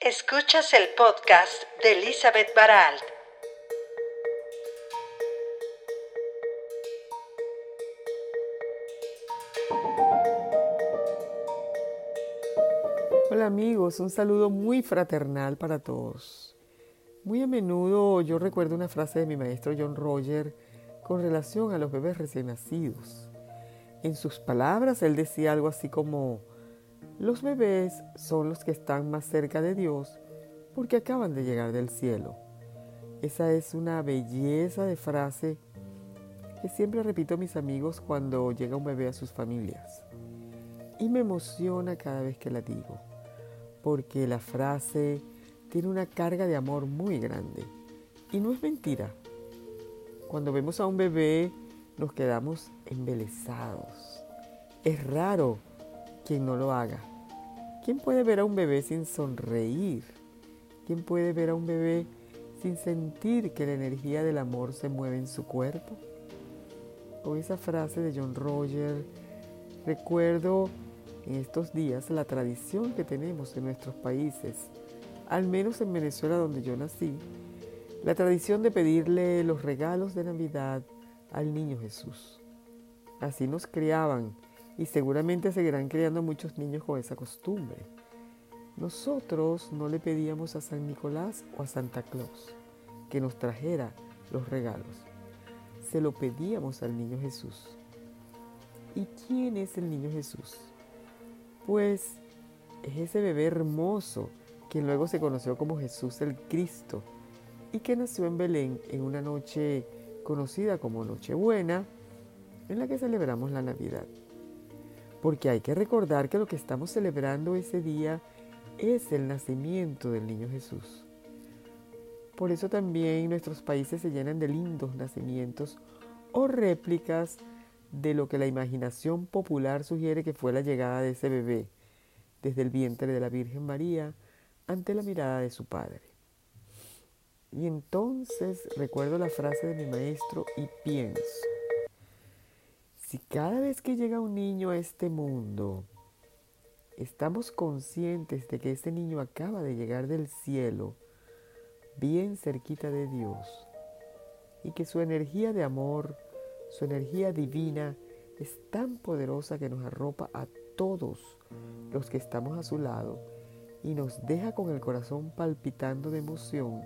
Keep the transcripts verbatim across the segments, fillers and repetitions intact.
Escuchas el podcast de Elizabeth Baralt. Hola amigos, un saludo muy fraternal para todos. Muy a menudo yo recuerdo una frase de mi maestro John Roger con relación a los bebés recién nacidos. En sus palabras él decía algo así como: los bebés son los que están más cerca de Dios porque acaban de llegar del cielo. Esa es una belleza de frase que siempre repito a mis amigos cuando llega un bebé a sus familias. Y me emociona cada vez que la digo, porque la frase tiene una carga de amor muy grande. Y no es mentira. Cuando vemos a un bebé nos quedamos embelesados. Es raro quien no lo haga. ¿Quién puede ver a un bebé sin sonreír? ¿Quién puede ver a un bebé sin sentir que la energía del amor se mueve en su cuerpo? Con esa frase de John Roger recuerdo en estos días la tradición que tenemos en nuestros países, al menos en Venezuela donde yo nací, la tradición de pedirle los regalos de Navidad al niño Jesús. Así nos criaban y seguramente seguirán criando muchos niños con esa costumbre. Nosotros no le pedíamos a San Nicolás o a Santa Claus que nos trajera los regalos. Se lo pedíamos al niño Jesús. ¿Y quién es el niño Jesús? Pues es ese bebé hermoso que luego se conoció como Jesús el Cristo y que nació en Belén en una noche conocida como Nochebuena, en la que celebramos la Navidad. Porque hay que recordar que lo que estamos celebrando ese día es el nacimiento del niño Jesús. Por eso también nuestros países se llenan de lindos nacimientos o réplicas de lo que la imaginación popular sugiere que fue la llegada de ese bebé desde el vientre de la Virgen María ante la mirada de su padre. Y entonces recuerdo la frase de mi maestro y pienso: si cada vez que llega un niño a este mundo estamos conscientes de que ese niño acaba de llegar del cielo, bien cerquita de Dios, y que su energía de amor, su energía divina, es tan poderosa que nos arropa a todos los que estamos a su lado y nos deja con el corazón palpitando de emoción,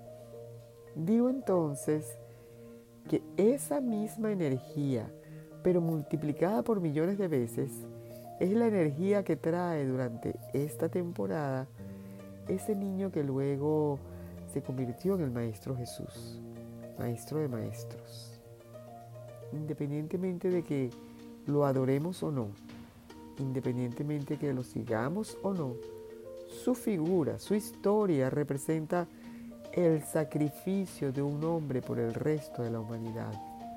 digo entonces que esa misma energía, pero multiplicada por millones de veces, es la energía que trae durante esta temporada ese niño que luego se convirtió en el Maestro Jesús, Maestro de Maestros. Independientemente de que lo adoremos o no, independientemente de que lo sigamos o no, su figura, su historia representa el sacrificio de un hombre por el resto de la humanidad.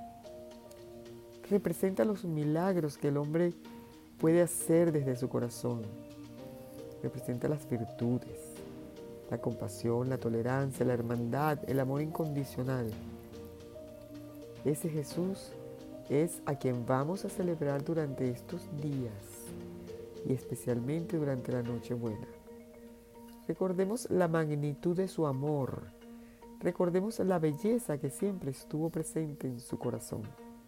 Representa los milagros que el hombre puede hacer desde su corazón. Representa las virtudes, la compasión, la tolerancia, la hermandad, el amor incondicional. Ese Jesús es a quien vamos a celebrar durante estos días y especialmente durante la Nochebuena. Recordemos la magnitud de su amor. Recordemos la belleza que siempre estuvo presente en su corazón.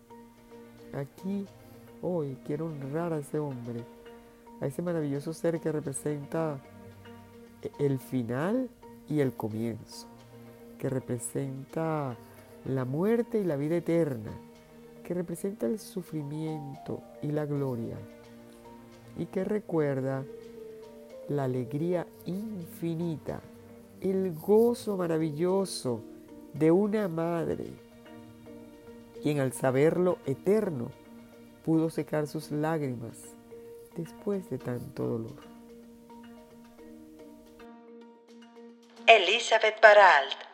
Aquí, hoy, quiero honrar a ese hombre, a ese maravilloso ser que representa el final y el comienzo, que representa la muerte y la vida eterna, que representa el sufrimiento y la gloria, y que recuerda la alegría infinita, el gozo maravilloso de una madre, quien al saberlo eterno pudo secar sus lágrimas después de tanto dolor. Elizabeth Baralt.